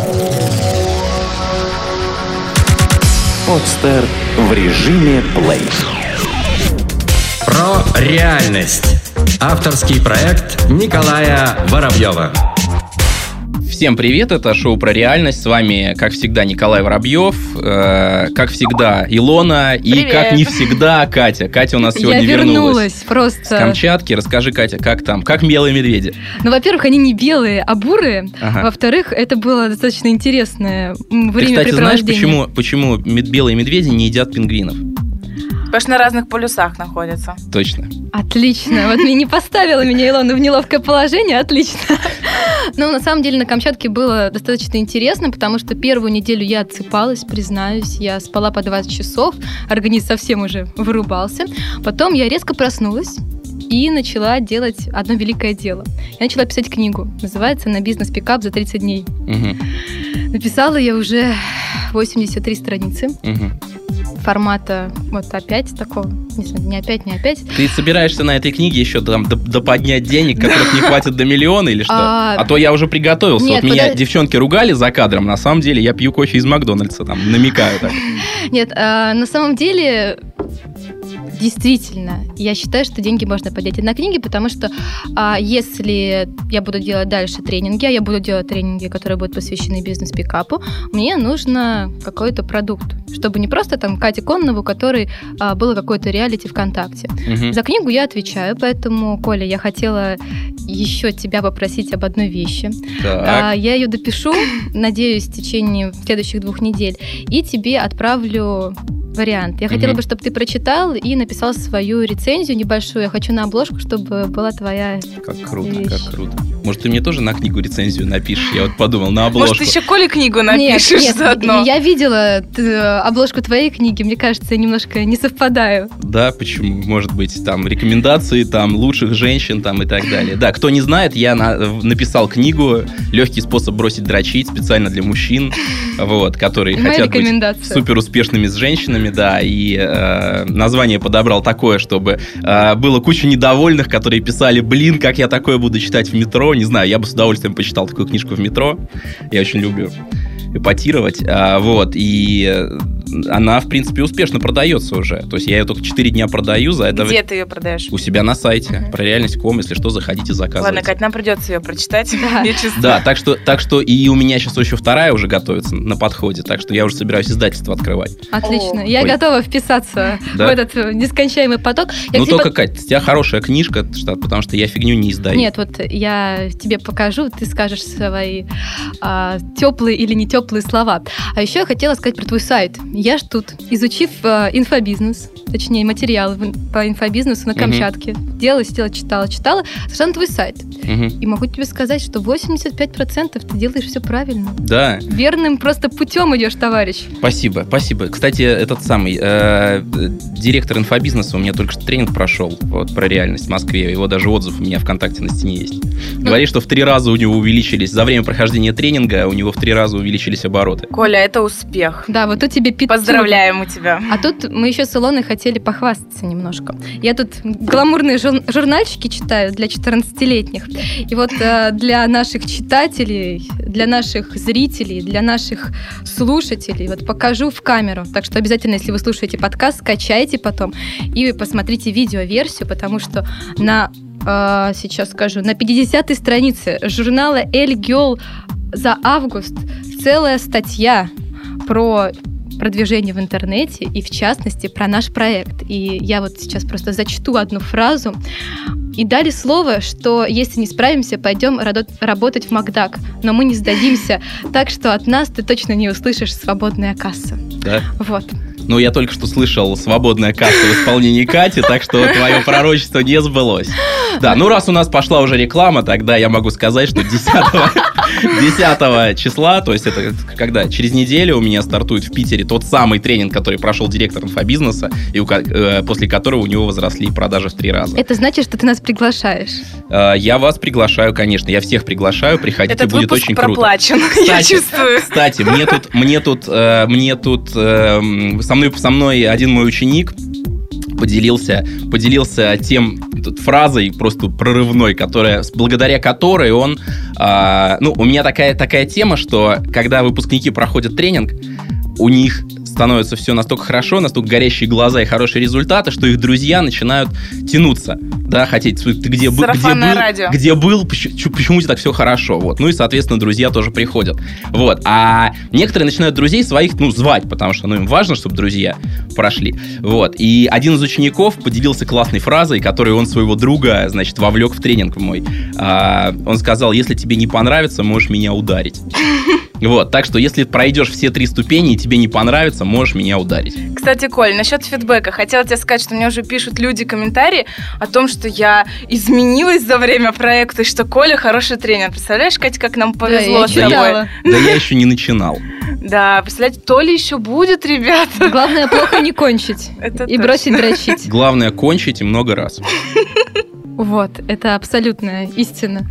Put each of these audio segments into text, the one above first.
Подстер в режиме плей. Про реальность. Авторский проект Николая Воробьева. Всем привет, это шоу про реальность. С вами, как всегда, Николай Воробьев, как всегда, Илона и, привет. Как не всегда, Катя. Катя у нас сегодня вернулась просто с Камчатки. Расскажи, Катя, как там? Как белые медведи? Ну, во-первых, они не белые, а бурые. Ага. Во-вторых, это было достаточно интересное Ты, кстати, знаешь, времяпрепровождение. почему белые медведи не едят пингвинов? Потому что на разных полюсах находятся. Точно. Отлично. Вот не поставила меня Илона в неловкое положение. Отлично. Ну, на самом деле, на Камчатке было достаточно интересно, потому что первую неделю я отсыпалась, признаюсь. Я спала по 20 часов, организм совсем уже вырубался. Потом я резко проснулась и начала делать одно великое дело. Я начала писать книгу. Называется «На бизнес-пикап за 30 дней». Угу. Написала я уже 83 страницы. Угу. Формата вот опять такого, не знаю, не опять. Ты собираешься на этой книге еще там доподнять денег, которых не хватит до миллиона или что? А то я уже приготовился. Нет, вот меня девчонки ругали за кадром, на самом деле я пью кофе из Макдональдса, там, намекаю так. Нет, на самом деле... Действительно, я считаю, что деньги можно поднять и на книги, потому что если я буду делать дальше тренинги, а я буду делать тренинги, которые будут посвящены бизнес-пикапу, мне нужно какой-то продукт, чтобы не просто там Кате Коннову, у которой было какое-то реалити ВКонтакте. Угу. За книгу я отвечаю, поэтому, Коля, я хотела еще тебя попросить об одной вещи. Я ее допишу, надеюсь, в течение следующих 2 недель, и тебе отправлю вариант. Я хотела бы, чтобы ты прочитал и написал свою рецензию небольшую. Я хочу на обложку, чтобы была твоя Как круто, вещь. как круто. Может, ты мне тоже на книгу рецензию напишешь? Я вот подумал, на обложку. Может, еще Коле книгу напишешь нет, заодно? Я видела обложку твоей книги, мне кажется, я немножко не совпадаю. Да, почему? Может быть, там рекомендации там лучших женщин там и так далее. Да, кто не знает, я написал книгу «Легкий способ бросить дрочить» специально для мужчин, вот, которые хотят быть супер успешными с женщинами, да, и название подобрал такое, чтобы было куча недовольных, которые писали, блин, как я такое буду читать в метро, не знаю, я бы с удовольствием почитал такую книжку в метро, я очень люблю эпатировать, вот, и она, в принципе, успешно продается уже. То есть я ее только 4 дня продаю за это. Где ты ее продаешь? У себя на сайте. Про реальность.ком, если что, заходите, заказывайте. Ладно, Кать, нам придется ее прочитать. Я чувствую. Да, так что и у меня сейчас еще 2 уже готовится на подходе, так что я уже собираюсь издательство открывать. Отлично. Я готова вписаться в этот нескончаемый поток. Только, Кать, у тебя хорошая книжка, потому что я фигню не издаю. Нет, вот я тебе покажу, ты скажешь свои теплые или не теплые слова. А еще я хотела сказать про твой сайт. Я ж тут, изучив инфобизнес, точнее, материалы по инфобизнесу на Камчатке, читала, зашла на твой сайт. И могу тебе сказать, что 85% ты делаешь все правильно. Да. Верным просто путем идешь, товарищ. Спасибо. Кстати, этот самый директор инфобизнеса у меня только что тренинг прошел вот, про реальность в Москве. Его даже отзыв у меня ВКонтакте на стене есть. Говорит, что в 3 раза у него увеличились, за время прохождения тренинга у него в 3 раза увеличились обороты. Коля, это успех. Да, вот тут тебе 500. Поздравляем у тебя. А тут мы еще с Илоной хотели похвастаться немножко. Я тут гламурные журнальчики читаю для 14-летних. И вот для наших читателей, для наших зрителей, для наших слушателей вот покажу в камеру. Так что обязательно, если вы слушаете подкаст, скачайте потом и посмотрите видеоверсию, потому что сейчас скажу, на 50-й странице журнала Elle Girl за август целая статья про продвижение в интернете и, в частности, про наш проект. И я вот сейчас просто зачту одну фразу. И дали слово, что если не справимся, пойдем работать в Макдак. Но мы не сдадимся, так что от нас ты точно не услышишь «свободная касса». Да? Вот. Ну, я только что слышал «свободная касса» в исполнении Кати, так что твое пророчество не сбылось. Да, ну раз у нас пошла уже реклама, тогда я могу сказать, что 10 числа, то есть это когда через неделю у меня стартует в Питере тот самый тренинг, который прошел директор инфобизнеса, и после которого у него возросли продажи в 3 раза. Это значит, что ты нас приглашаешь? Я вас приглашаю, конечно, я всех приглашаю, приходите, этот будет очень круто. Проплачен, я чувствую. Кстати, мне тут со мной один мой ученик поделился фразой просто прорывной, благодаря которой он У меня такая тема, что когда выпускники проходят тренинг, у них становится все настолько хорошо, настолько горящие глаза и хорошие результаты, что их друзья начинают тянуться, да, хотеть, ты где был, почему у тебя так все хорошо, вот, ну и, соответственно, друзья тоже приходят, вот, а некоторые начинают друзей своих, звать, потому что, им важно, чтобы друзья прошли, вот, и один из учеников поделился классной фразой, которую он своего друга, значит, вовлек в тренинг мой, он сказал: если тебе не понравится, можешь меня ударить. Вот, так что если пройдешь все 3 ступени и тебе не понравится, можешь меня ударить. Кстати, Коль, насчет фидбэка. Хотела тебе сказать, что мне уже пишут люди комментарии о том, что я изменилась за время проекта, и что Коля хороший тренер. Представляешь, Катя, как нам повезло с тобой? Да, я еще не начинал. Да, представляете, то ли еще будет, ребята. Главное, плохо не кончить и бросить дрочить. Главное, кончить и много раз. Вот, это абсолютная истина.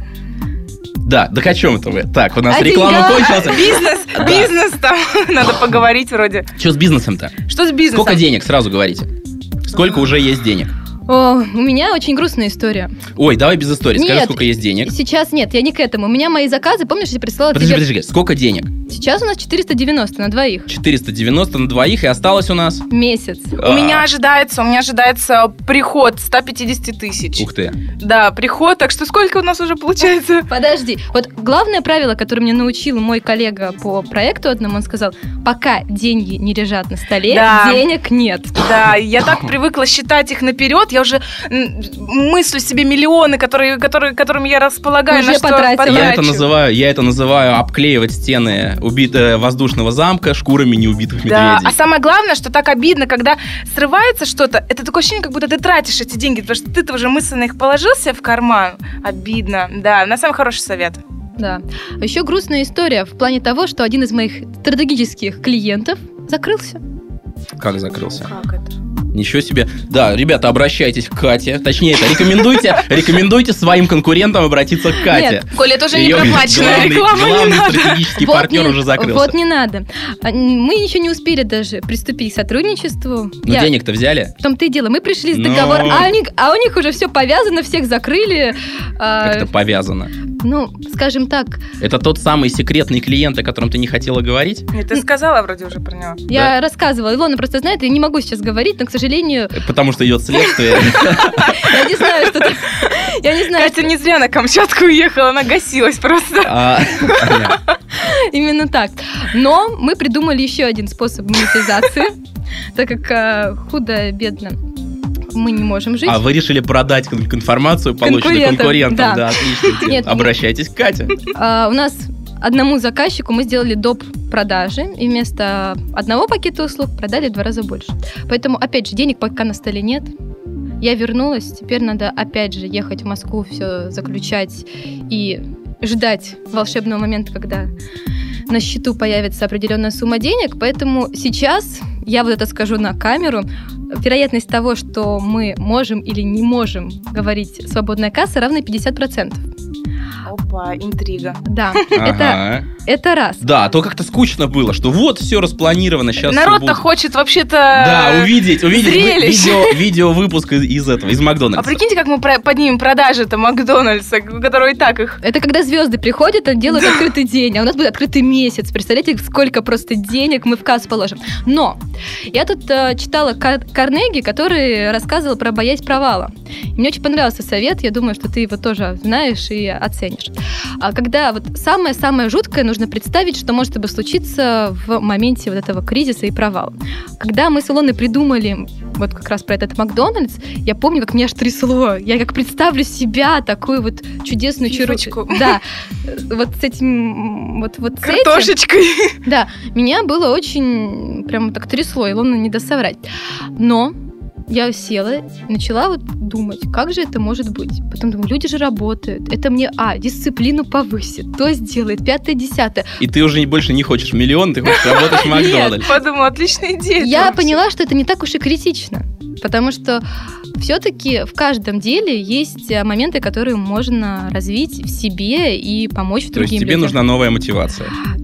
Да, о чем это вы? Так, у нас реклама кончилась. Бизнес там, надо поговорить вроде. Что с бизнесом-то? Что с бизнесом? Сколько денег, сразу говорите? Сколько уже есть денег? О, у меня очень грустная история. Ой, давай без истории. Скажи, сколько есть денег. Сейчас нет, я не к этому. У меня мои заказы, помнишь, я прислала тебе... Подожди, сколько денег? Сейчас у нас 490 на двоих. 490 на двоих, и осталось у нас... Месяц. У меня ожидается приход 150 тысяч. Ух ты. Да, приход, так что сколько у нас уже получается? Подожди. Вот главное правило, которое мне научил мой коллега по проекту одному, он сказал: пока деньги не лежат на столе, денег нет. Да, я так привыкла считать их наперед, я уже мыслю себе миллионы, которыми я располагаю, уже на что потрачу. Я это называю обклеивать стены воздушного замка шкурами неубитых медведей. Да, а самое главное, что так обидно, когда срывается что-то, это такое ощущение, как будто ты тратишь эти деньги, потому что ты-то уже мысленно их положил себе в карман. Обидно. Да, на самый хороший совет. Да. А еще грустная история в плане того, что один из моих стратегических клиентов закрылся. Как закрылся? Как это? Ничего себе. Да, ребята, обращайтесь к Кате. Точнее, рекомендуйте своим конкурентам обратиться к Кате. Нет, Коля, это уже не проплаченная реклама, не надо. Главный стратегический партнер уже закрылся. Вот не надо. Мы еще не успели даже приступить к сотрудничеству. Ну, денег-то взяли? В том-то и дело. Мы пришли с договором, а у них уже все повязано, всех закрыли. Как это повязано? Ну, скажем так. Это тот самый секретный клиент, о котором ты не хотела говорить? Нет, ты сказала вроде уже про него. Я рассказывала. Илона просто знает, я не могу сейчас говорить, но, к сожалению... Потому что идет следствие. Я не знаю, что ты... Катя не зря на Камчатку уехала, она гасилась просто. Именно так. Но мы придумали еще один способ монетизации, так как худо-бедно мы не можем жить. А вы решили продать информацию, полученную конкурентам? Да, отлично. Нет, обращайтесь к Кате. У нас одному заказчику мы сделали доп. Продажи, и вместо одного пакета услуг продали в 2 раза больше. Поэтому, опять же, денег пока на столе нет. Я вернулась, теперь надо опять же ехать в Москву, все заключать и ждать волшебного момента, когда на счету появится определенная сумма денег. Поэтому сейчас, я вот это скажу на камеру, вероятность того, что мы можем или не можем говорить «свободная касса», равна 50%. Опа, интрига. Да, это раз. Да, а то как-то скучно было, что вот все распланировано, сейчас народ-то хочет вообще-то... Да, увидеть видео-выпуск из Макдональдса. А прикиньте, как мы поднимем продажи-то Макдональдса, у которого и так их... Это когда звезды приходят, они делают открытый день, а у нас будет открытый месяц. Представляете, сколько просто денег мы в кассу положим. Но я тут читала Карнеги, который рассказывал про боязнь провала. Мне очень понравился совет, я думаю, что ты его тоже знаешь и оценишь. Когда вот самое-самое жуткое нужно представить, что может бы случиться в моменте вот этого кризиса и провала. Когда мы с Илоной придумали вот как раз про этот Макдональдс, я помню, как меня аж трясло. Я как представлю себя, такую вот чудесную чурочку. Да, вот с этим... Вот картошечкой. Да, меня было очень прям так трясло, Илона не даст соврать. Но я села и начала вот думать, как же это может быть. Потом думаю, люди же работают. Это мне, дисциплину повысит, то сделает, 5-10. И ты уже больше не хочешь миллион, ты хочешь работать в Макдональдсе. Нет, подумала, отличная идея. Я поняла, что это не так уж и критично. Потому что все-таки в каждом деле есть моменты, которые можно развить в себе и помочь другим людям. То есть тебе нужна новая мотивация.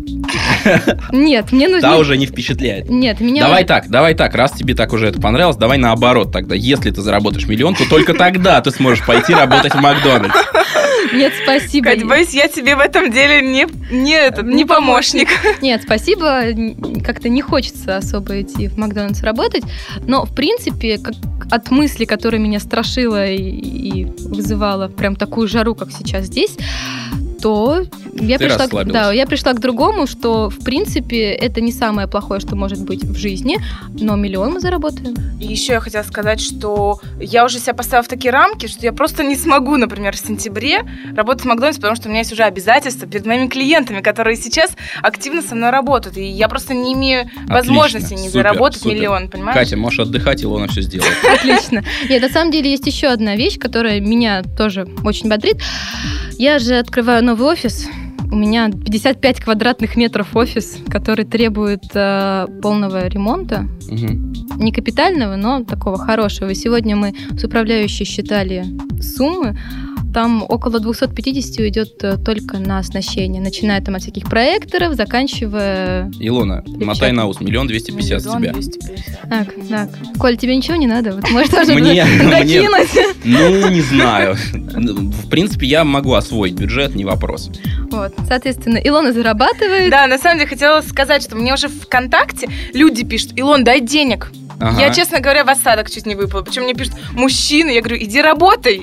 Нет, мне нужно... Та уже не впечатляет. Нет, меня... Давай так, раз тебе так уже это понравилось, давай наоборот тогда. Если ты заработаешь 1 миллион, то только тогда ты сможешь пойти работать в Макдональдс. Нет, спасибо. Кать, боюсь, я тебе в этом деле не помощник. Нет, спасибо. Как-то не хочется особо идти в Макдональдс работать. Но, в принципе, от мысли, которая меня страшила и вызывала прям такую жару, как сейчас здесь, то я пришла к другому, что, в принципе, это не самое плохое, что может быть в жизни, но 1 миллион мы заработаем. И еще я хотела сказать, что я уже себя поставила в такие рамки, что я просто не смогу, например, в сентябре работать в Макдональдсе, потому что у меня есть уже обязательства перед моими клиентами, которые сейчас активно со мной работают, и я просто не имею возможности не заработать 1 миллион, понимаешь? Катя, можешь отдыхать, Илона все сделает. Отлично. Нет, на самом деле есть еще одна вещь, которая меня тоже очень бодрит. Я же открываю новый офис. У меня 55 квадратных метров офис, который требует полного ремонта. Угу. Не капитального, но такого хорошего. И сегодня мы с управляющей считали суммы. Там около 250 уйдет только на оснащение. Начиная там от всяких проекторов, заканчивая... Илона, мотай на ус, 1 250 000 с тебя. 250. Так. Коль, тебе ничего не надо? Вот, может, тоже Мне- докинуть? Ну, не знаю. В принципе, я могу освоить бюджет, не вопрос. Вот, соответственно, Илона зарабатывает. Да, на самом деле хотела сказать, что мне уже ВКонтакте люди пишут: Илон, дай денег. Ага. Я, честно говоря, в осадок чуть не выпала. Причем мне пишут мужчины. Я говорю, иди работай.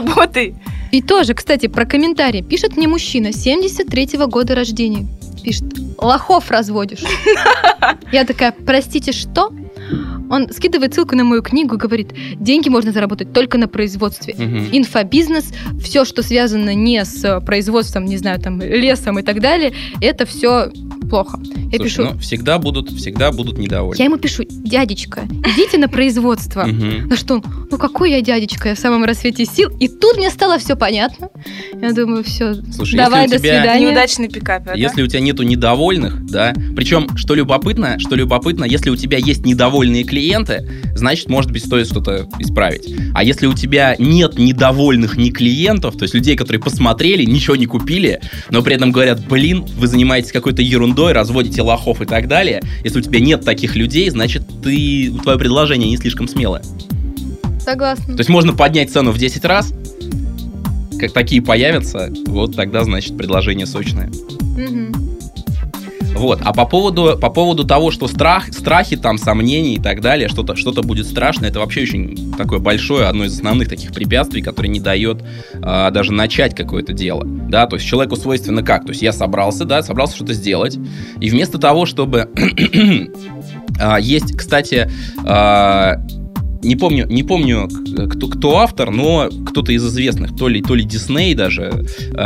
И тоже, кстати, про комментарии. Пишет мне мужчина 73-го года рождения. Пишет: лохов разводишь. Я такая: простите, что? Он скидывает ссылку на мою книгу и говорит: деньги можно заработать только на производстве. Мгм. Инфобизнес, все, что связано не с производством, не знаю, там, лесом и так далее, это все плохо. Я Слушай, пишу, ну, всегда будут недовольны. я ему пишу: дядечка, идите на производство. Мгм. На что он: ну какой я дядечка, я в самом рассвете сил. И тут мне стало все понятно. Я думаю, все, Слушай, давай, если до у тебя- свидания. Неудачный пикап. Если у тебя нету недовольных, да, причем, что любопытно, если у тебя есть недовольные клиенты, значит, может быть, стоит что-то исправить. А если у тебя нет недовольных ни клиентов, то есть людей, которые посмотрели, ничего не купили, но при этом говорят: блин, вы занимаетесь какой-то ерундой, разводите лохов и так далее, если у тебя нет таких людей, значит, твое предложение не слишком смелое. Согласна. То есть можно поднять цену в 10 раз, как такие появятся, вот тогда, значит, предложение сочное. Мгм. Вот. А по поводу того, что страхи, там, сомнения и так далее, что-то будет страшно, это вообще очень такое большое, одно из основных таких препятствий, которое не дает даже начать какое-то дело. Да, то есть человеку свойственно как? То есть я собрался что-то сделать, и вместо того, чтобы... Есть, кстати... Не помню, кто автор, но кто-то из известных, то ли Дисней даже,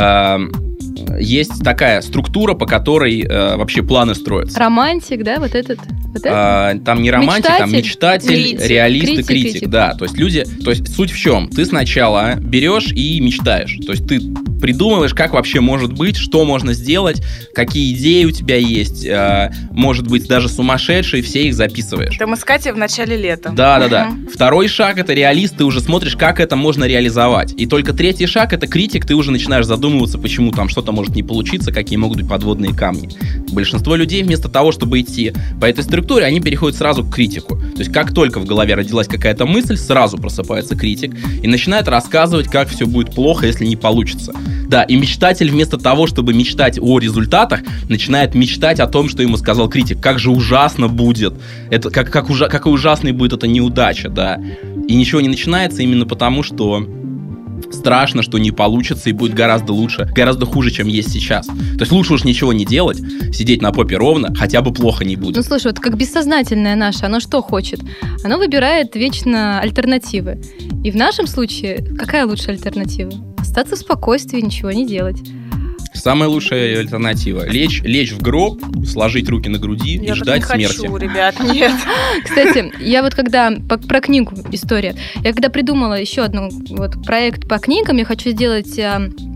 есть такая структура, по которой вообще планы строятся. Романтик, да, вот этот? Там не романтик, там мечтатель, Критик. реалист и Критик. критик. Да, то есть суть в чем? Ты сначала берешь и мечтаешь. То есть ты придумываешь, как вообще может быть, что можно сделать, какие идеи у тебя есть, может быть, даже сумасшедшие, все их записываешь. Там искать в начале лета. Да. Второй шаг — это реалист, ты уже смотришь, как это можно реализовать. И только третий шаг — это критик, ты уже начинаешь задумываться, почему там что-то может не получиться, какие могут быть подводные камни. Большинство людей вместо того, чтобы идти по этой структуре, они переходят сразу к критику. То есть как только в голове родилась какая-то мысль, сразу просыпается критик и начинает рассказывать, как все будет плохо, если не получится. Да, и мечтатель вместо того, чтобы мечтать о результатах, начинает мечтать о том, что ему сказал критик. Как же ужасно будет. Это, какой ужасной будет эта неудача, да. И ничего не начинается именно потому, что страшно, что не получится и будет гораздо лучше, гораздо хуже, чем есть сейчас. То есть лучше уж ничего не делать, сидеть на попе ровно, хотя бы плохо не будет. Ну, слушай, вот как бессознательное наше, оно что хочет? Оно выбирает вечно альтернативы. И в нашем случае какая лучшая альтернатива? Остаться в спокойствии, ничего не делать. Самая лучшая альтернатива — лечь в гроб, сложить руки на груди и Я ждать так не смерти. хочу, ребят, нет. Кстати, я вот когда про книгу история, я когда придумала еще один вот проект по книгам, я хочу сделать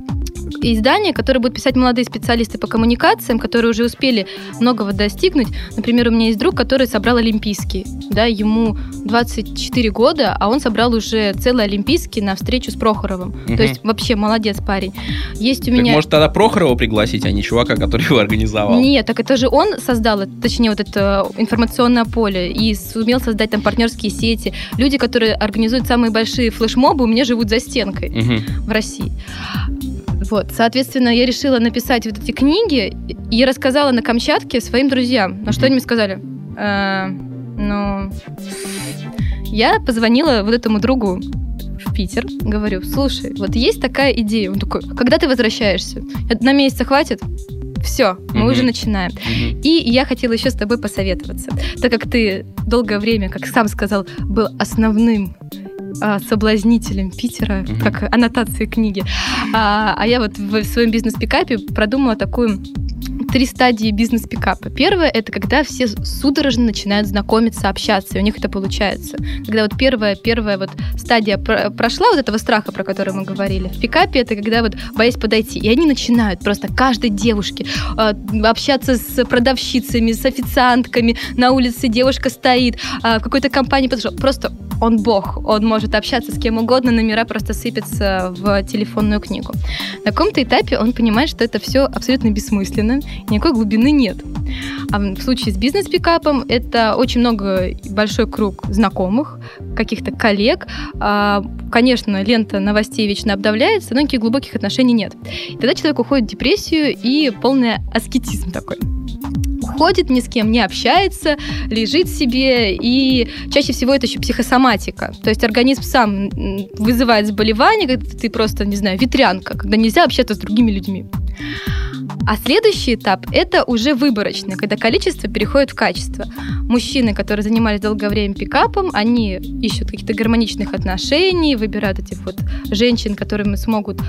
издания, которые будут писать молодые специалисты по коммуникациям, которые уже успели многого достигнуть. Например, у меня есть друг, который собрал олимпийский. Да, ему 24 года, а он собрал уже целый олимпийский на встречу с Прохоровым. То есть вообще молодец парень. Есть у меня... Может, тогда Прохорова пригласить, а не чувака, который его организовал? Нет, так это же он создал, точнее, вот это информационное поле и сумел создать там партнерские сети. Люди, которые организуют самые большие флешмобы, у меня живут за стенкой в России. Вот, соответственно, я решила написать вот эти книги и рассказала на Камчатке своим друзьям. Ну, что они мне сказали? Я позвонила вот этому другу в Питер, говорю, слушай, вот есть такая идея. Он такой, когда ты возвращаешься? На месяц хватит? Все, мы уже начинаем. И я хотела еще с тобой посоветоваться. Так как ты долгое время, как сам сказал, был основным соблазнителем Питера, как аннотации книги. А я вот в своем бизнес-пикапе продумала такую 3 стадии бизнес-пикапа. Первое — это когда все судорожно начинают знакомиться, общаться, и у них это получается. Когда вот первая вот стадия прошла, вот этого страха, про который мы говорили, в пикапе это когда вот боясь подойти, и они начинают просто каждой девушке общаться с продавщицами, с официантками, на улице девушка стоит, в какой-то компании подошел, просто он бог, он может общаться с кем угодно, номера просто сыпятся в телефонную книгу. На каком-то этапе он понимает, что это все абсолютно бессмысленно, никакой глубины нет. А в случае с бизнес-пикапом это очень много, большой круг знакомых, каких-то коллег. Конечно, лента новостей вечно обновляется, но никаких глубоких отношений нет. И тогда человек уходит в депрессию и полный аскетизм такой. Уходит, ни с кем не общается, лежит себе, и чаще всего это еще психосоматика. То есть организм сам вызывает заболевание, когда ты просто, не знаю, ветрянка, когда нельзя общаться с другими людьми. А следующий этап – это уже выборочный, когда количество переходит в качество. Мужчины, которые занимались долгое время пикапом, они ищут каких-то гармоничных отношений, выбирают этих вот женщин, которыми смогут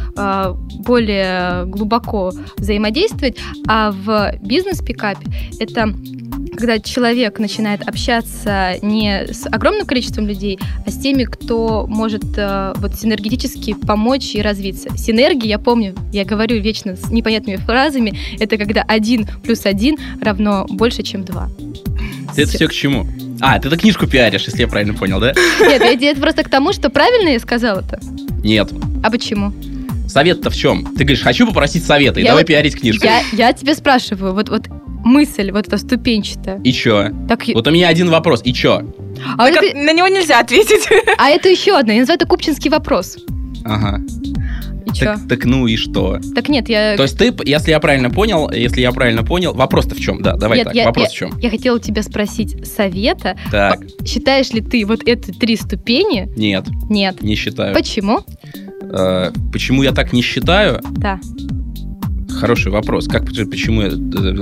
более глубоко взаимодействовать. А в бизнес-пикапе это когда человек начинает общаться не с огромным количеством людей, а с теми, кто может вот синергетически помочь и развиться. Синергия, я помню, я говорю вечно с непонятными фразами, это когда 1 + 1 равно больше, чем 2. Это все к чему? Ты книжку пиаришь, если я правильно понял, да? Нет, это просто к тому, что правильно я сказала-то. Нет. А почему? Совет-то в чем? Ты говоришь, хочу попросить совета, и давай пиарить книжку. Я тебе спрашиваю, вот мысль, вот эта ступенчатая. И чё? Вот у меня один вопрос, и чё? На него нельзя ответить. А это еще одно, я называю это купчинский вопрос. Ага. И чё? Так ну и что? Так нет, я... То есть ты, если я правильно понял, вопрос-то в чем? Да, давай нет, так, вопрос в чем? Я хотела тебя спросить совета. Так. Считаешь ли ты вот эти 3 ступени? Нет. Нет. Не считаю. Почему? Почему я так не считаю? Да. Хороший вопрос. Почему я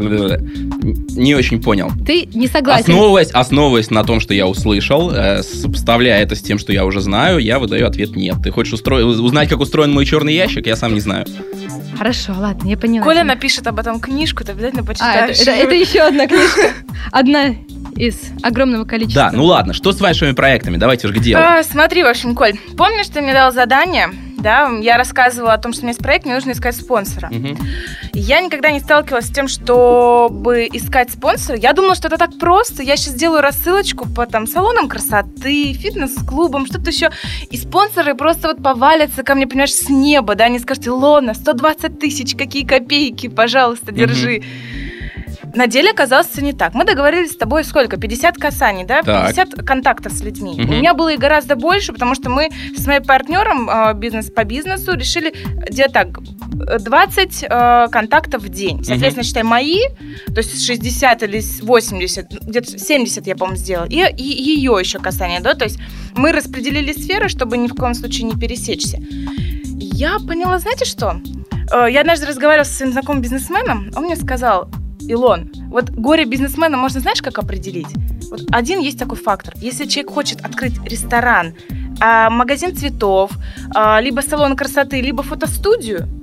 не очень понял. Ты не согласен. Основываясь на том, что я услышал, сопоставляя это с тем, что я уже знаю, я выдаю ответ нет. Ты хочешь узнать, как устроен мой черный ящик? Я сам не знаю. Хорошо, ладно, я поняла. Коля напишет об этом книжку, ты обязательно почитаешь. Это еще одна книжка. Одна из огромного количества. Да, ну ладно, что с вашими проектами? Давайте уже к делу. Смотри, в общем, Коль, помнишь, ты мне дал задание? Да, я рассказывала о том, что у меня есть проект, мне нужно искать спонсора. Я никогда не сталкивалась с тем, чтобы искать спонсора. Я думала, что это так просто. Я сейчас сделаю рассылочку по салонам красоты, фитнес-клубам, что-то еще. И спонсоры просто вот повалятся ко мне, понимаешь, с неба, да, они скажут: Илона, 120 тысяч, какие копейки, пожалуйста, держи. На деле оказалось все не так. Мы договорились с тобой сколько? 50 касаний, да? Так. 50 контактов с людьми. У меня было и гораздо больше, потому что мы с моим партнером бизнес по бизнесу решили делать так: 20 контактов в день. Соответственно, считай мои, то есть 60 или 80, где-то 70 я, по-моему, сделала. И ее еще касание, да? То есть мы распределили сферы, чтобы ни в коем случае не пересечься. Я поняла, знаете что? Я однажды разговаривала со своим знакомым бизнесменом, он мне сказал: Илон, вот горе бизнесмена можно, знаешь, как определить? Вот один есть такой фактор. Если человек хочет открыть ресторан, магазин цветов, либо салон красоты, либо фотостудию,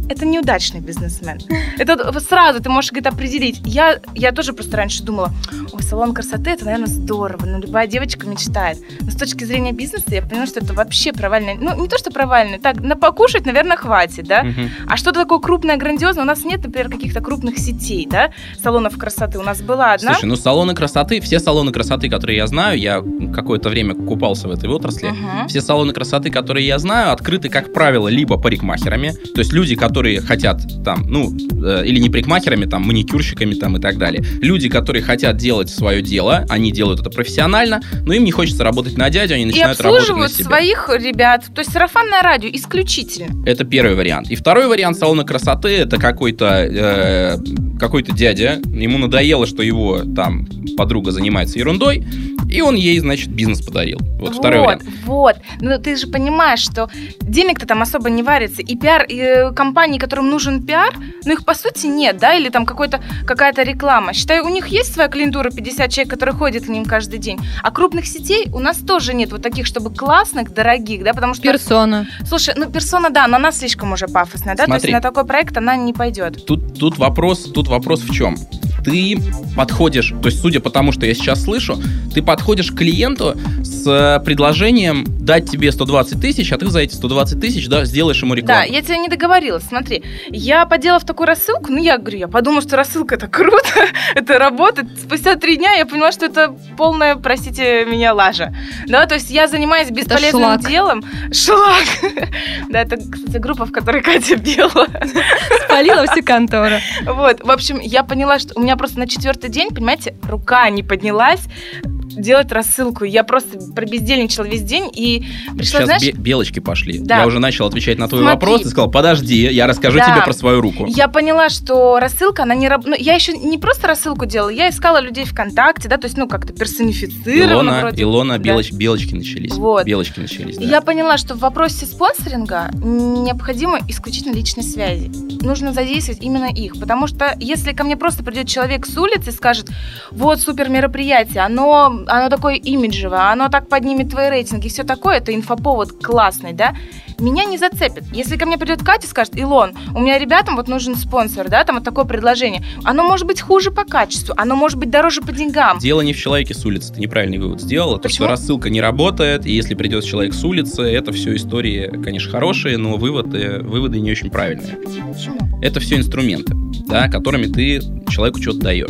это неудачный бизнесмен. Это вот сразу ты можешь, говорит, определить. Я тоже просто раньше думала, ой, салон красоты, это, наверное, здорово, но любая девочка мечтает. Но с точки зрения бизнеса я поняла, что это вообще провальное. Ну, не то, что провальное, так, на покушать, наверное, хватит, да? А что-то такое крупное, грандиозное? У нас нет, например, каких-то крупных сетей, да, салонов красоты. У нас была одна. Слушай, ну салоны красоты, все салоны красоты, которые я знаю, я какое-то время купался в этой отрасли, все салоны красоты, которые я знаю, открыты, как правило, либо парикмахерами, то есть люди, которые хотят там, ну, или не парикмахерами, там, маникюрщиками там и так далее. Люди, которые хотят делать свое дело, они делают это профессионально, но им не хочется работать на дядю, они начинают работать на себя. И обслуживают своих ребят, то есть сарафанное радио исключительно. Это первый вариант. И второй вариант салона красоты, это какой-то дядя, ему надоело, что его там подруга занимается ерундой, и он ей, значит, бизнес подарил. Вот второй вариант. Вот. Но ты же понимаешь, что денег-то там особо не варится. И пиар, и компании, которым нужен пиар, ну их по сути нет, да, или там какая-то реклама. Считаю, у них есть своя клиентура, 50 человек, которые ходят к ним каждый день. А крупных сетей у нас тоже нет, вот таких, чтобы классных, дорогих, да, потому что... Персона. Слушай, ну персона, да, но она слишком уже пафосная, да, Смотри. то есть на такой проект она не пойдет. Тут вопрос в чем? Ты подходишь, то есть судя по тому, что я сейчас слышу, ты подходишь к клиенту с предложением дать тебе 120 тысяч, а ты за эти 120 тысяч, да, сделаешь ему рекламу. Да, я тебя не договорилась. Смотри, я поделав такую рассылку, ну, я подумала, что рассылка это круто, это работает. Спустя 3 дня я поняла, что это полная, простите меня, лажа. Да, то есть я занимаюсь бесполезным делом. Шлак. Да, это, кстати, группа, в которой Катя пела. Спалила всю контору. Вот, в общем, я поняла, что у меня просто на 4-й день, понимаете, рука не поднялась делать рассылку. Я просто пробездельничала весь день и пришла, сейчас знаешь... белочки пошли. Да. Я уже начал отвечать на твой Смотри. вопрос и сказал, подожди, я расскажу тебе про свою руку. Я поняла, что рассылка, она не работает. Ну, я еще не просто рассылку делала, я искала людей ВКонтакте, да, то есть, ну, как-то персонифицированно. Илона, да. белочки начались. Вот. Белочки начались, да. Я поняла, что в вопросе спонсоринга необходимо исключительно личные связи. Нужно задействовать именно их, потому что если ко мне просто придет человек с улицы и скажет, вот супер мероприятие, оно такое имиджевое, оно так поднимет твои рейтинги, все такое, это инфоповод классный, да, меня не зацепит. Если ко мне придет Катя и скажет, Илон, у меня ребятам вот нужен спонсор, да, там вот такое предложение, оно может быть хуже по качеству, оно может быть дороже по деньгам. Дело не в человеке с улицы, ты неправильный вывод сделала, то, что рассылка не работает, и если придет человек с улицы, это все истории, конечно, хорошие, но выводы не очень правильные. Почему? Это все инструменты, да, которыми ты человеку что-то даешь.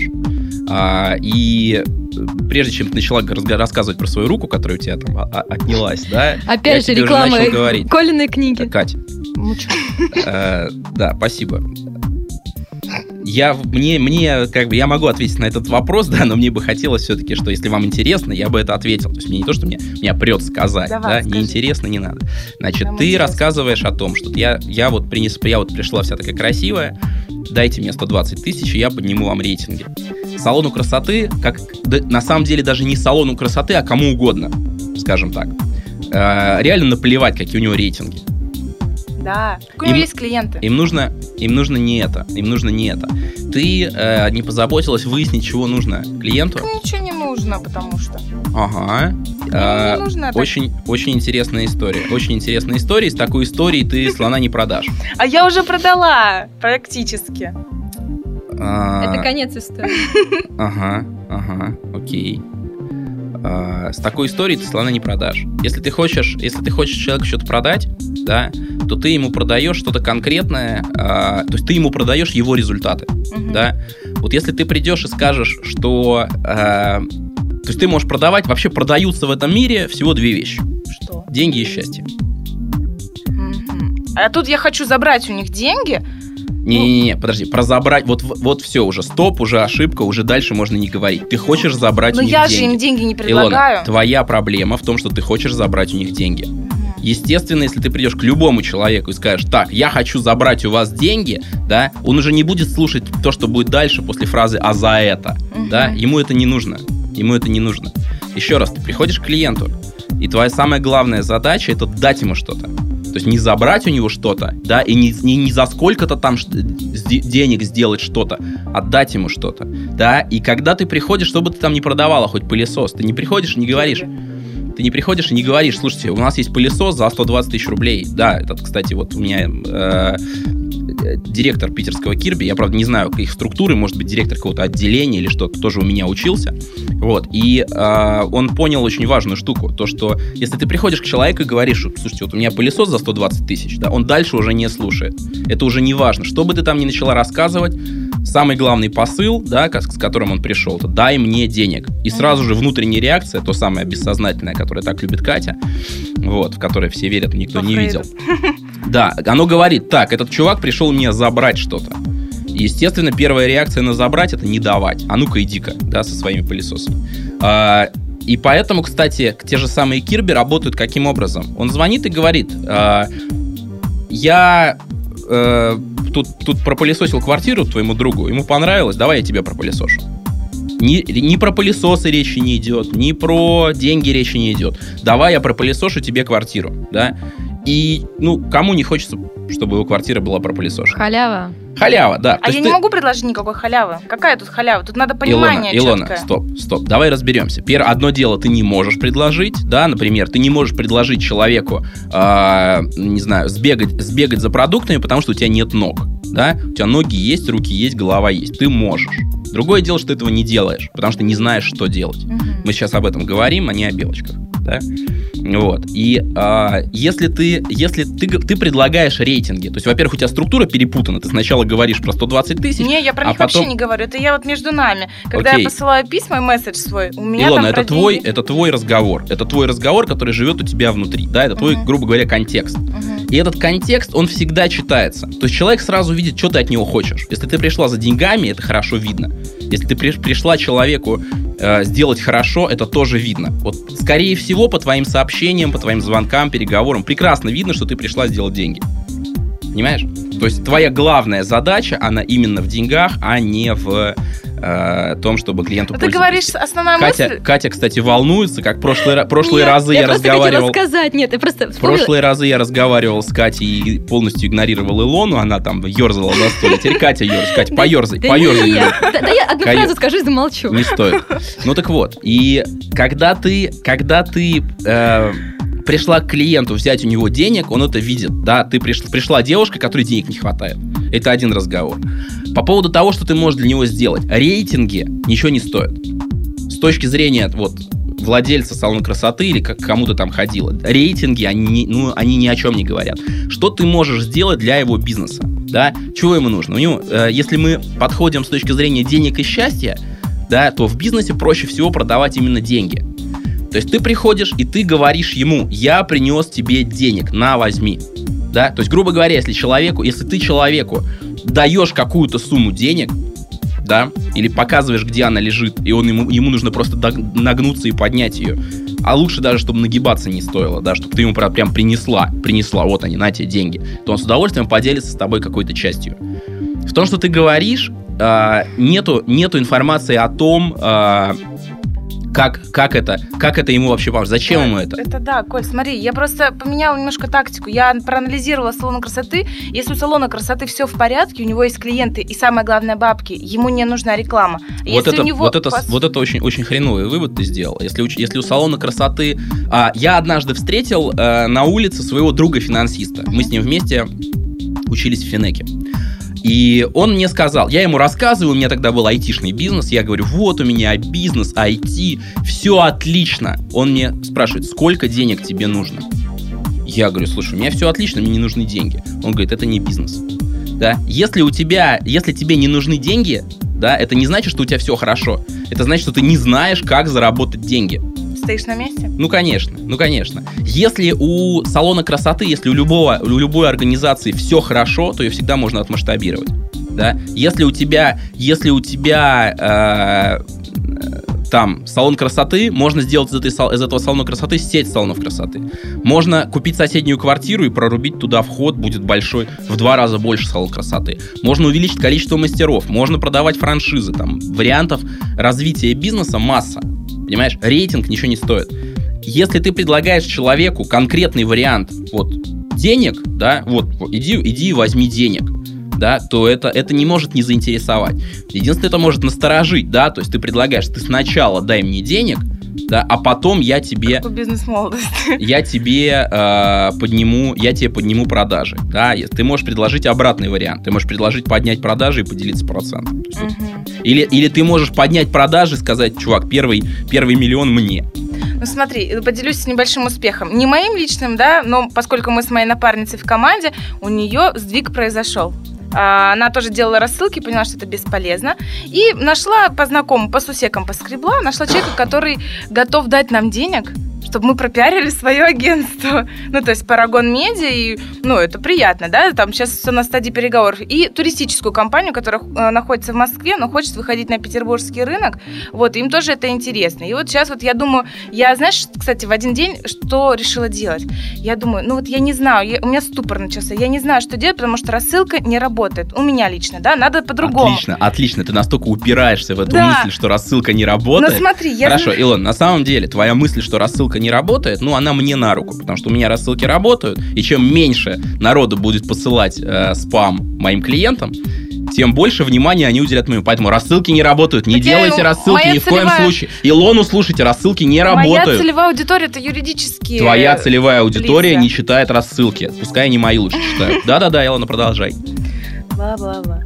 И прежде чем ты начала рассказывать про свою руку, которая у тебя там отнялась, да? Опять же, реклама Колиной книги. Кать. Да, спасибо. Я могу ответить на этот вопрос, да, но мне бы хотелось все-таки, что если вам интересно, я бы это ответил. То есть мне не то, что меня прет сказать, давай, да, неинтересно, не надо. Значит, нам ты интересно. Рассказываешь о том, что я пришла вся такая красивая, дайте мне 120 тысяч, и я подниму вам рейтинги. Салону красоты, на самом деле даже не салону красоты, а кому угодно, скажем так. Реально наплевать, какие у него рейтинги. Да, у него есть клиенты. Им нужно не это. Ты не позаботилась выяснить, чего нужно клиенту? Ничего не нужно, потому что... Ага. Не нужно так. Очень интересная история. Очень интересная история. С такой историей ты слона не продашь. А я уже продала, практически. Это конец истории. Ага, окей. С такой историей ты слона не продашь. Если ты хочешь человеку что-то продать, да, то ты ему продаешь что-то конкретное, то есть ты ему продаешь его результаты, да. Вот если ты придешь и скажешь, что... то есть ты можешь продавать, вообще продаются в этом мире всего 2 вещи. Что? Деньги и счастье. А тут я хочу забрать у них деньги... Не, подожди, про забрать, вот все уже, стоп, уже ошибка, уже дальше можно не говорить. Ты хочешь забрать у них деньги. Но я же им деньги не предлагаю. Илона, твоя проблема в том, что ты хочешь забрать у них деньги. Естественно, если ты придешь к любому человеку и скажешь, так, я хочу забрать у вас деньги, да, он уже не будет слушать то, что будет дальше после фразы «а за это», да, ему это не нужно. Еще раз, ты приходишь к клиенту, и твоя самая главная задача – это дать ему что-то. То есть не забрать у него что-то, да, и не за сколько-то там денег сделать что-то, а дать ему что-то, да. И когда ты приходишь, что бы ты там ни продавала, хоть пылесос, ты не приходишь и не говоришь. Слушайте, у нас есть пылесос за 120 тысяч рублей. Да, этот, кстати, вот у меня директор питерского Кирби, я, правда, не знаю их структуры, может быть, директор какого-то отделения или что-то, тоже у меня учился, вот, и он понял очень важную штуку, то, что если ты приходишь к человеку и говоришь, слушайте, вот у меня пылесос за 120 тысяч, да, он дальше уже не слушает, это уже не важно, что бы ты там ни начала рассказывать, самый главный посыл, да, с которым он пришел, это «дай мне денег». И сразу же внутренняя реакция, то самое бессознательное, которое так любит Катя, вот, в которое все верят, никто не видел. Да, оно говорит, так, этот чувак пришел мне забрать что-то. И, естественно, первая реакция на забрать — это не давать. А ну-ка иди-ка, да, со своими пылесосами. И поэтому, кстати, те же самые Кирби работают каким образом? Он звонит и говорит, я... Тут пропылесосил квартиру твоему другу, ему понравилось, давай я тебя пропылесошу. Ни про пылесосы речи не идет, ни про деньги речи не идет. Давай я пропылесошу тебе квартиру, да? И, кому не хочется, чтобы его квартира была пропылесошена? Халява. Халява, да. А я не могу предложить никакой халявы. Какая тут халява? Тут надо понимание Илона, четкое. стоп. Давай разберемся. Одно дело ты не можешь предложить, да, например, ты не можешь предложить человеку, не знаю, сбегать за продуктами, потому что у тебя нет ног, да? У тебя ноги есть, руки есть, голова есть. Ты можешь. Другое дело, что ты этого не делаешь, потому что не знаешь, что делать. Мы сейчас об этом говорим, а не о белочках, да? Вот. И если ты предлагаешь рейтинги, то есть, во-первых, у тебя структура перепутана, ты сначала говоришь про 120 тысяч. Не, я про них вообще не говорю, это я вот между нами. Когда я посылаю письма и месседж свой, у меня Илона, там это твой разговор. Это твой разговор, который живет у тебя внутри, да, это твой, грубо говоря, контекст. И этот контекст, он всегда читается. То есть человек сразу видит, что ты от него хочешь. Если ты пришла за деньгами, это хорошо видно. Если ты пришла человеку сделать хорошо, это тоже видно. Вот, скорее всего, по твоим сообщениям, по твоим звонкам, переговорам, прекрасно видно, что ты пришла сделать деньги. Понимаешь? То есть твоя главная задача, она именно в деньгах, а не в том, чтобы клиенту пользу. Ты говоришь, основная мысль... Катя, кстати, волнуется, как прошлые разы я разговаривал... В прошлые разы я разговаривал с Катей и полностью игнорировал Илону, она там ерзала на стуле. Теперь Катя ерзает. Катя, поерзай. Да я одну фразу скажу и замолчу. Не стоит. Ну так вот, и когда ты пришла к клиенту взять у него денег, он это видит, да, ты пришла девушка, которой денег не хватает. Это один разговор. По поводу того, что ты можешь для него сделать, рейтинги ничего не стоят. С точки зрения владельца салона красоты или как кому-то там ходила, рейтинги, они ни о чем не говорят. Что ты можешь сделать для его бизнеса, да? Чего ему нужно? Если мы подходим с точки зрения денег и счастья, да, то в бизнесе проще всего продавать именно деньги. То есть ты приходишь и ты говоришь ему: я принес тебе денег, на, возьми. Да? То есть, грубо говоря, если ты человеку даешь какую-то сумму денег, да, или показываешь, где она лежит, и ему нужно просто нагнуться и поднять ее, а лучше даже, чтобы нагибаться не стоило, да, чтобы ты ему прям принесла, вот они, на тебе деньги, то он с удовольствием поделится с тобой какой-то частью. В том, что ты говоришь, нету информации о том, как это ему вообще поможет, зачем ему это? Это да, Коль, смотри, я просто поменяла немножко тактику, я проанализировала салон красоты, если у салона красоты все в порядке, у него есть клиенты и, самое главное, бабки, ему не нужна реклама. Вот это очень, очень хреновый вывод ты сделал. Если у салона красоты... Я однажды встретил на улице своего друга-финансиста, мы с ним вместе учились в Финеке. И он мне сказал, я ему рассказываю, у меня тогда был айтишный бизнес, я говорю, вот у меня бизнес, IT, все отлично. Он мне спрашивает, сколько денег тебе нужно? Я говорю, слушай, у меня все отлично, мне не нужны деньги. Он говорит, это не бизнес. Да? Если тебе не нужны деньги, да, это не значит, что у тебя все хорошо. Это значит, что ты не знаешь, как заработать деньги. Стоишь на месте? Ну, конечно. Если у салона красоты, если у любой организации все хорошо, то ее всегда можно отмасштабировать. Да? Если у тебя там салон красоты, можно сделать из этого салона красоты сеть салонов красоты. Можно купить соседнюю квартиру и прорубить туда вход, будет большой, в 2 раза больше салон красоты. Можно увеличить количество мастеров, можно продавать франшизы, там, вариантов развития бизнеса масса. Понимаешь, рейтинг ничего не стоит. Если ты предлагаешь человеку конкретный вариант денег, да, иди и возьми денег, да, то это не может не заинтересовать. Единственное, это может насторожить, да, то есть ты предлагаешь, ты сначала дай мне денег, да, а потом я тебе... Какой бизнес молодости. Я тебе подниму продажи, да, ты можешь предложить обратный вариант, ты можешь предложить поднять продажи и поделиться процентом. Или ты можешь поднять продажи и сказать, чувак, первый миллион мне. Ну смотри, поделюсь с небольшим успехом. Не моим личным, да, но поскольку мы с моей напарницей в команде, у нее сдвиг произошел. Она тоже делала рассылки, поняла, что это бесполезно. И нашла по знакомым, по сусекам поскребла, нашла человека, который готов дать нам денег, чтобы мы пропиарили свое агентство. Ну, то есть Paragon Media, и, ну, это приятно, да, там сейчас все на стадии переговоров. И туристическую компанию, которая находится в Москве, но хочет выходить на петербургский рынок, вот, им тоже это интересно. И вот сейчас вот я думаю, знаешь, кстати, в один день что решила делать? Я думаю, ну вот я не знаю, у меня ступор начался, я не знаю, что делать, потому что рассылка не работает. У меня лично, да, надо по-другому. Отлично, ты настолько упираешься в эту мысль, что рассылка не работает. Ну смотри, Хорошо, Илон, на самом деле, твоя мысль, что рассылка не работает, ну, она мне на руку, потому что у меня рассылки работают, и чем меньше народу будет посылать спам моим клиентам, тем больше внимания они уделят моему. Поэтому рассылки не работают. Не делайте рассылки ни в коем случае. Илону слушайте, рассылки не работают. Моя целевая аудитория — это юридические Твоя целевая аудитория не читает рассылки. Пускай они мои лучше читают. Да-да-да, Илона, продолжай. Бла-бла-бла.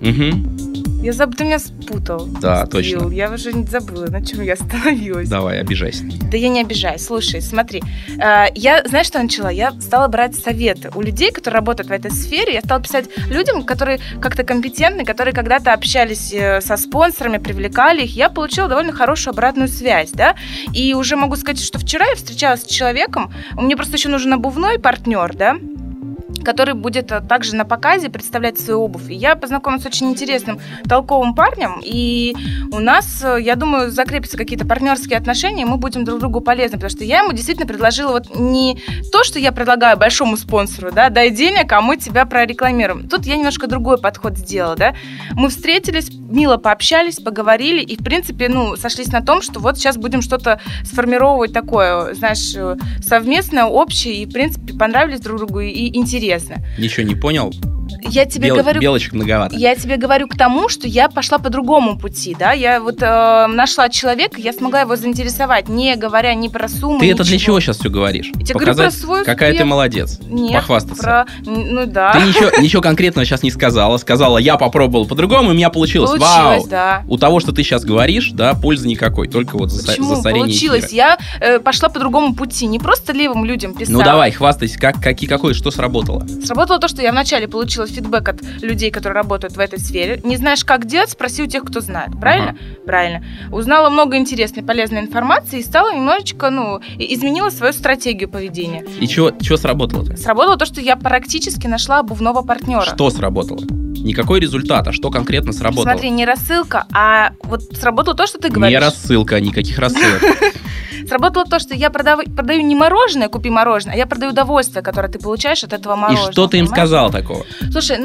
Ты меня спутал. Да, точно. Я уже не забыла, на чем я остановилась. Давай, обижайся. Да я не обижаюсь. Слушай, смотри. Знаешь, что я начала? Я стала брать советы у людей, которые работают в этой сфере. Я стала писать людям, которые как-то компетентны, которые когда-то общались со спонсорами, привлекали их. Я получила довольно хорошую обратную связь, да. И уже могу сказать, что вчера я встречалась с человеком, мне просто еще нужен обувной партнер, да, который будет также на показе представлять свою обувь. И я познакомилась с очень интересным, толковым парнем, и у нас, я думаю, закрепятся какие-то партнерские отношения, и мы будем друг другу полезны, потому что я ему действительно предложила вот не то, что я предлагаю большому спонсору, да, дай денег, а мы тебя прорекламируем. Тут я немножко другой подход сделала, да. Мы встретились, мило пообщались, поговорили, и, в принципе, сошлись на том, что вот сейчас будем что-то сформировать такое, знаешь, совместное, общее, и, в принципе, понравились друг другу, и интересно. Ничего не понял? Я тебе говорю, белочек многовато. Я тебе говорю к тому, что я пошла по другому пути, да, я вот нашла человека, я смогла его заинтересовать, не говоря ни про сумму, Ты ничего. Это для чего сейчас все говоришь? Я тебе говорю про свой успех. Какая ты молодец. Нет, похвастаться. Ну да. Ты ничего конкретного сейчас не сказала. Сказала, я попробовал по-другому, и у меня получилось. Вау! Да. У того, что ты сейчас говоришь, да, пользы никакой, только вот засорение получилось? эфира. Я пошла по другому пути, не просто левым людям писала. Ну давай, хвастайся, что сработало? Сработало то, что я вначале получила фидбэк от людей, которые работают в этой сфере. Не знаешь, как делать, спроси у тех, кто знает. Правильно? Правильно. Узнала много интересной, полезной информации и стала немножечко, изменила свою стратегию поведения. И что сработало-то? Сработало то, что я практически нашла обувного партнера. Что сработало? Никакой результат, а что конкретно сработало? Смотри, не рассылка, а вот сработало то, что ты говоришь. Не рассылка, никаких рассылок. Сработало то, что я продаю не мороженое, купи мороженое, а я продаю удовольствие, которое ты получаешь от этого мороженого. И что ты им сказал такого? Слушай,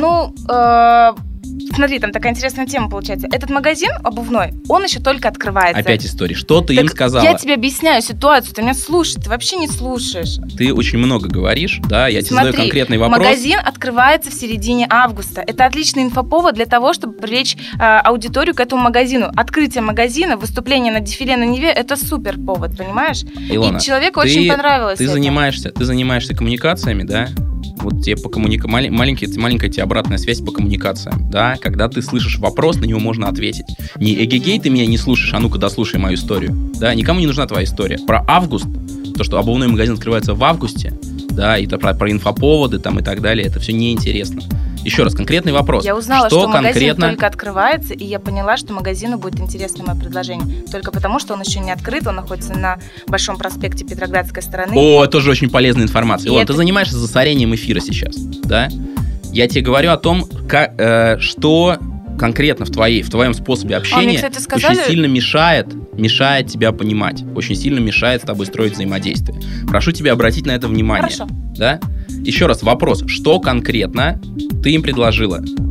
смотри, там такая интересная тема получается. Этот магазин обувной, он еще только открывается. Опять история. Что ты им сказала? Я тебе объясняю ситуацию, ты меня слушаешь, ты вообще не слушаешь. Ты очень много говоришь, да? Я тебе задаю конкретный вопрос. Магазин открывается в середине августа. Это отличный инфоповод для того, чтобы привлечь аудиторию к этому магазину. Открытие магазина, выступление на дефиле на Неве – это супер повод, понимаешь? Илона, и человеку очень понравилось ты занимаешься коммуникациями, да? Вот тебе маленькая тебе обратная связь по коммуникациям, да? Когда ты слышишь вопрос, на него можно ответить. Не эгегей, ты меня не слушаешь, а ну-ка дослушай мою историю. Да, никому не нужна твоя история. Про август, то, что обувной магазин открывается в августе, да, и про инфоповоды там и так далее, это все неинтересно. Еще раз, конкретный вопрос. Я узнала, что магазин только открывается, и я поняла, что магазину будет интересно мое предложение. Только потому, что он еще не открыт, он находится на Большом проспекте Петроградской стороны. О, это тоже очень полезная информация. Илон, ты занимаешься засорением эфира сейчас, да? Я тебе говорю о том, что конкретно в твоем способе общения мне, кстати, сказали... очень сильно мешает тебя понимать, очень сильно мешает с тобой строить взаимодействие. Прошу тебя обратить на это внимание. Хорошо. Да? Еще раз вопрос, что конкретно ты им предложила?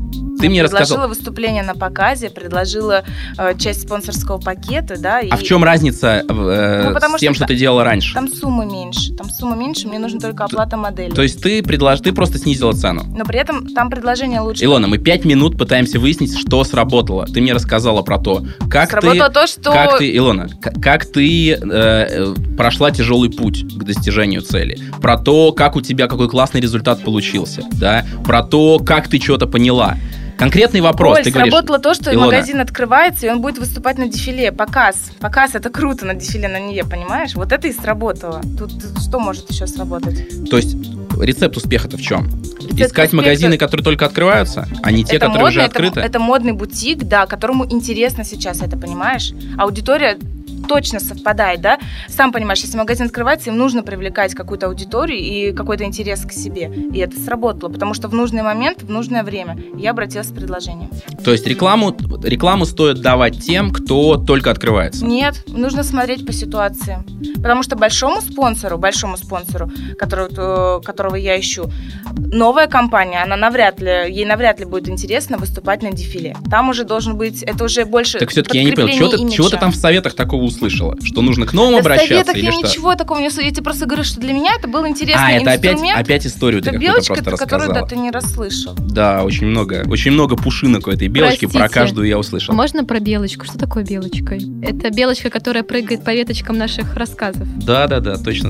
Ты мне предложила рассказала... выступление на показе, предложила часть спонсорского пакета, да. А в чем разница с тем, что ты делала раньше? Там суммы меньше, мне нужна только оплата модели. То есть ты просто снизила цену? Но при этом там предложение лучше. Илона, мы 5 минут пытаемся выяснить, что сработало. Ты мне рассказала про то, как сработало ты... то, что... Илона, как ты прошла тяжелый путь к достижению цели. Про то, как у тебя какой классный результат получился. Да? Про то, как ты что-то поняла. Конкретный вопрос. Оль, ты говоришь, сработало то, что Илона, магазин открывается, и он будет выступать на дефиле. Показ это круто на дефиле на Неве, понимаешь? Вот это и сработало. Тут что может еще сработать? То есть рецепт успеха-то в чем? Рецепт Искать успеха... магазины, которые только открываются, а не те, которые уже открыты? Это модный бутик, да, которому интересно сейчас это, понимаешь? Аудитория точно совпадает, да? Сам понимаешь, если магазин открывается, им нужно привлекать какую-то аудиторию и какой-то интерес к себе. И это сработало, потому что в нужный момент, в нужное время я обратилась с предложением. То есть рекламу стоит давать тем, кто только открывается? Нет, нужно смотреть по ситуации. Потому что большому спонсору, которого я ищу, новая компания, ей навряд ли будет интересно выступать на дефиле. Там уже должен быть, это уже больше. Так все-таки я не понял, чего ты там в советах такого услышала? Что нужно к новым обращаться? В советах или я что? Ничего такого не услышала. Я тебе просто говорю, что для меня это был интересный инструмент. опять историю ты это какую-то белочка, просто рассказала. которую ты не расслышал. Да, очень много пушинок у этой белочки. Простите, про каждую я услышал. Можно про белочку? Что такое белочка? Это белочка, которая прыгает по веточкам наших рассказов. Да, точно.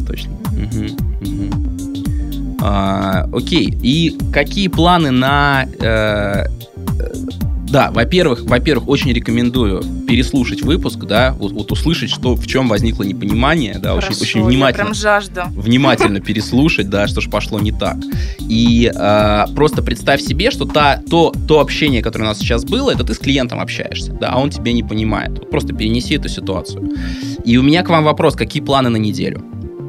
Окей, и какие планы на... Да, во-первых, очень рекомендую переслушать выпуск, да, вот услышать, что в чем возникло непонимание, да, Хорошо, очень внимательно. Я прям жажду. Внимательно переслушать, да, что ж пошло не так. И просто представь себе, что то общение, которое у нас сейчас было, это ты с клиентом общаешься, да, а он тебя не понимает. Вот просто перенеси эту ситуацию. И у меня к вам вопрос, какие планы на неделю?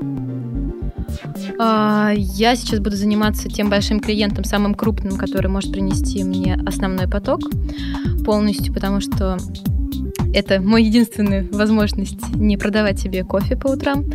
Я сейчас буду заниматься тем большим клиентом, самым крупным, который может принести мне основной поток полностью, потому что это моя единственная возможность не продавать себе кофе по утрам.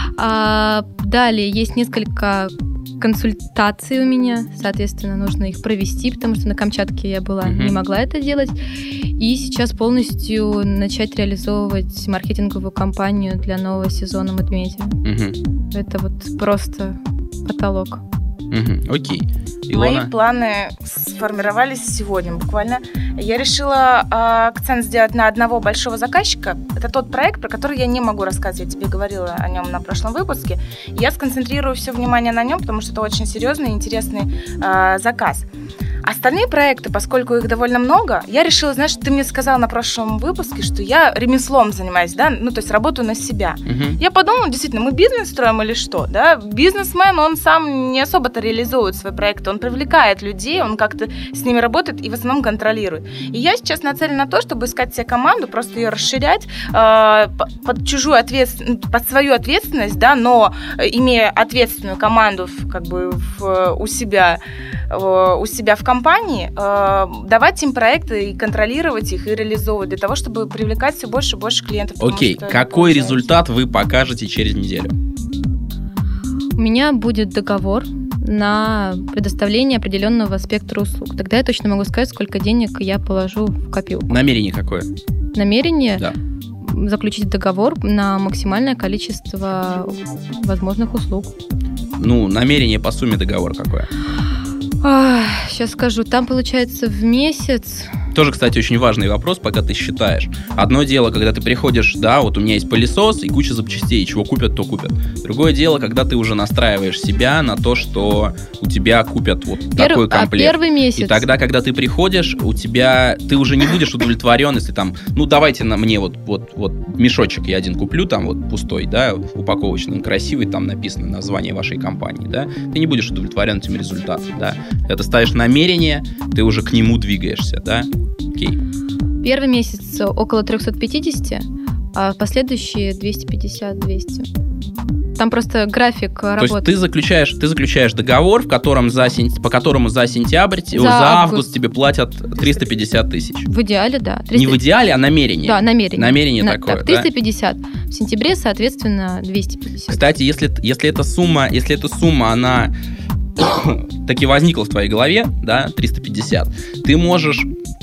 Далее есть несколько консультаций у меня, соответственно, нужно их провести, потому что на Камчатке я была, не могла это делать. И сейчас полностью начать реализовывать маркетинговую кампанию для нового сезона «Медведя». Это вот просто потолок. Окей. Илона? Мои планы сформировались сегодня буквально. Я решила акцент сделать на одного большого заказчика. Это тот проект, про который я не могу рассказывать. Я тебе говорила о нем на прошлом выпуске. Я сконцентрирую все внимание на нем, потому что это очень серьезный и интересный заказ. Остальные проекты, поскольку их довольно много, я решила, знаешь, ты мне сказала на прошлом выпуске, что я ремеслом занимаюсь, да, ну, то есть работаю на себя. Я подумала, действительно, мы бизнес строим или что, да? Бизнесмен, он сам не особо-то реализует свои проекты, он привлекает людей, он как-то с ними работает и в основном контролирует. И я сейчас нацелена на то, чтобы искать себе команду, просто ее расширять под чужую ответственность, под свою ответственность, да, но имея ответственную команду как бы у себя в компании, давать им проекты и контролировать их, и реализовывать для того, чтобы привлекать все больше и больше клиентов. Окей, какой результат вы покажете через неделю? У меня будет договор на предоставление определенного спектра услуг. Тогда я точно могу сказать, сколько денег я положу в копилку. Намерение какое? Намерение? Да. Заключить договор на максимальное количество возможных услуг. Ну, намерение по сумме договора какое? Сейчас скажу. Там получается в месяц... Тоже, кстати, очень важный вопрос, пока ты считаешь. Одно дело, когда ты приходишь, да, вот у меня есть пылесос и куча запчастей, чего купят, то купят. Другое дело, когда ты уже настраиваешь себя на то, что у тебя купят вот такой комплект. Первый месяц. И тогда, когда ты приходишь, ты уже не будешь удовлетворен, если там, ну, давайте на мне вот мешочек я один куплю, там вот пустой, да, упаковочный, красивый, там написано название вашей компании, да, ты не будешь удовлетворен этим результатом, да. Когда ты ставишь намерение, ты уже к нему двигаешься, да. Окей. Первый месяц около 350, а последующие 250-200. Там просто график работы. То есть ты заключаешь договор, по которому за сентябрь, за август тебе платят 350 тысяч. В идеале, да. 300... Не в идеале, а намерение. Да, намерение. Намерение такое, так, 350. Да? В сентябре, соответственно, 250. Кстати, если эта сумма, она таки возникло в твоей голове, да, 350, ты можешь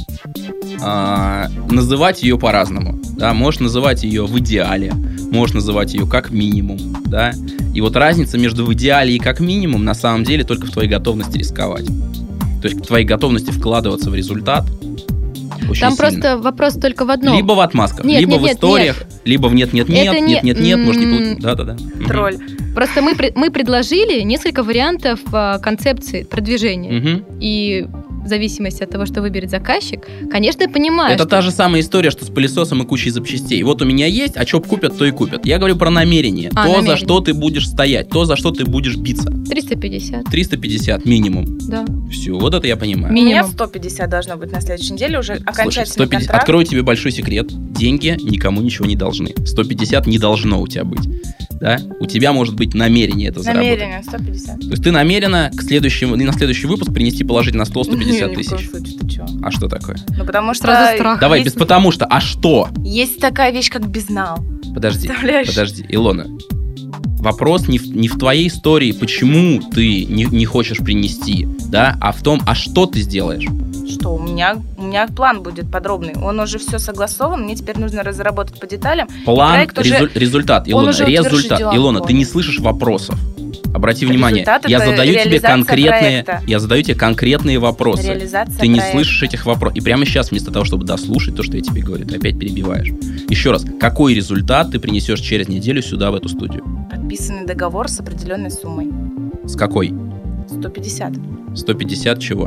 называть ее по-разному. Да? Можешь называть ее в идеале, можешь называть ее как минимум. Да? И вот разница между в идеале и как минимум на самом деле только в твоей готовности рисковать. То есть в твоей готовности вкладываться в результат. Очень Там сильно. Просто вопрос только в одном. Либо в отмазках, Нет, либо нет, в нет, историях, нет. либо в нет-нет-нет, может не получится. Да-да-да. Тролль. Просто мы предложили несколько вариантов концепции продвижения. И в зависимости от того, что выберет заказчик, конечно, я понимаю, Это что... та же самая история, что с пылесосом и кучей запчастей. Вот у меня есть, а что купят, то и купят. Я говорю про намерение. То, намерение. за что ты будешь стоять, то, за что ты будешь биться. 350, 350 минимум. да. Все, вот это я понимаю. У меня Минимум. 150 должно быть на следующей неделе, уже Слушай, окончательный 150. контракт. Открою тебе большой секрет. Деньги никому ничего не должны. 150 не должно у тебя быть. Да? У тебя может быть намерение это заработать. Намерение 150. То есть ты намерена на следующий выпуск принести положительно стол 150 Ни в коем тысяч. случае, ты чё? А что такое? Ну, потому что Сразу страх. Давай, есть, без потому что. А что? есть такая вещь, как безнал. Подожди, Представляешь? Илона. Вопрос не в твоей истории, почему ты не хочешь принести, да, а в том, а что ты сделаешь. Что, у меня план будет подробный. Он уже все согласован, мне теперь нужно разработать по деталям. План, проект уже- результат. Илона, уже результат. утвержден. Илона, ты не слышишь вопросов. Обрати внимание, Результат — я это задаю тебе реализация конкретные вопросы. Реализация Ты не проекта. слышишь этих вопросов. И прямо сейчас, вместо того, чтобы дослушать то, что я тебе говорю, ты опять перебиваешь. Еще раз, какой результат ты принесешь через неделю сюда, в эту студию? Подписанный договор с определенной суммой. С какой? 150. 150 чего?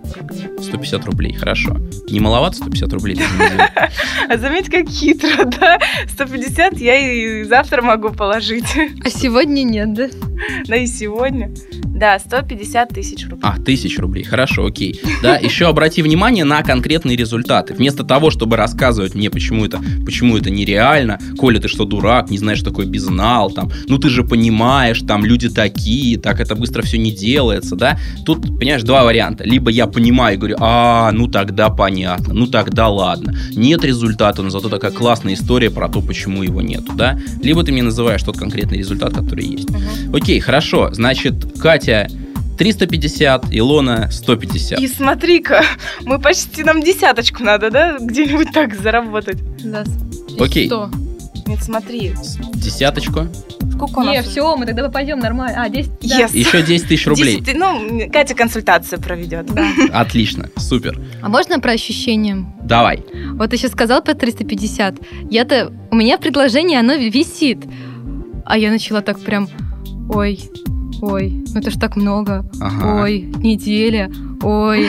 150 рублей, хорошо. Не маловато 150 рублей? за неделю? А заметь, как хитро, да? 150 я и завтра могу положить. А сегодня нет, да? Да и сегодня. Да, 150 тысяч рублей. 1000 рублей, хорошо, окей. Да, еще обрати внимание на конкретные результаты. Вместо того, чтобы рассказывать мне, почему это нереально, Коля, ты что, дурак, не знаешь, что такое безнал, там, ну ты же понимаешь, там люди такие, так это быстро все не делается, да. Тут, понимаешь, два варианта. Либо я понимаю и говорю, ну тогда понятно, ну тогда ладно. Нет результата, но зато такая классная история про то, почему его нету, да. Либо ты мне называешь тот конкретный результат, который есть. Окей, хорошо, значит, Катя 350, Илона 150. И смотри-ка, мы почти, нам десяточку надо, да? Где-нибудь так заработать. Да. Окей. 100. Нет, смотри. Десяточку. Сколько у нас? Не, все, мы тогда попадем нормально. 10, да. Yes. Еще 10 тысяч рублей. 10, ну, Катя консультацию проведет. Да. Отлично, супер. А можно про ощущения? Давай. Вот ты сейчас сказал про 350. У меня предложение, оно висит. А я начала так прям, ой, ну это ж так много. Ага. Ой, неделя. Ой,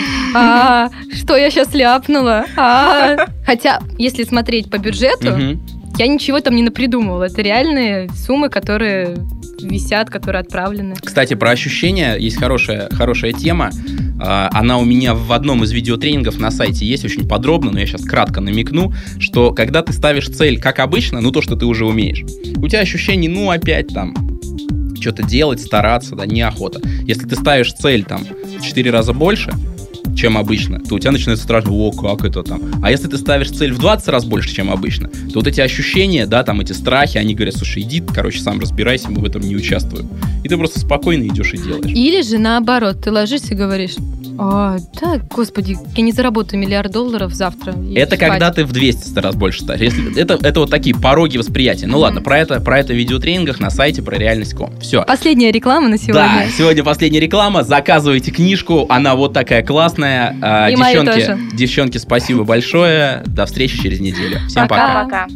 что я сейчас ляпнула? Хотя, если смотреть по бюджету, Мгм. я ничего там не напридумывала. Это реальные суммы, которые висят, которые отправлены. Кстати, про ощущения есть хорошая тема. Она у меня в одном из видеотренингов на сайте есть очень подробно, но я сейчас кратко намекну, что когда ты ставишь цель, как обычно, то, что ты уже умеешь, у тебя ощущение, опять там, что-то делать, стараться, да, неохота. Если ты ставишь цель там в 4 раза больше, чем обычно, то у тебя начинается страшно, как это там. А если ты ставишь цель в 20 раз больше, чем обычно, то вот эти ощущения, да, там эти страхи, они говорят, слушай, иди, сам разбирайся, мы в этом не участвуем. И ты просто спокойно идешь и делаешь. Или же наоборот, ты ложишься и говоришь, да, господи, я не заработаю $1 миллиард завтра. Это когда ты в 200 раз больше ставишь. Это вот такие пороги восприятия. Ну ладно, про это в видеотренингах на сайте про реальность.ком. Все. Последняя реклама на сегодня. Да, сегодня последняя реклама. Заказывайте книжку, она вот такая классная. И мою тоже. Девчонки, спасибо большое. До встречи через неделю. Всем пока. Пока.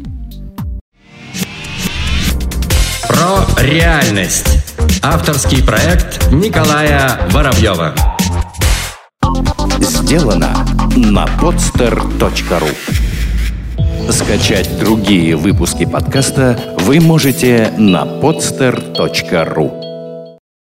Про реальность. Авторский проект Николая Воробьева. Сделано на podster.ru. Скачать другие выпуски подкаста вы можете на podster.ru.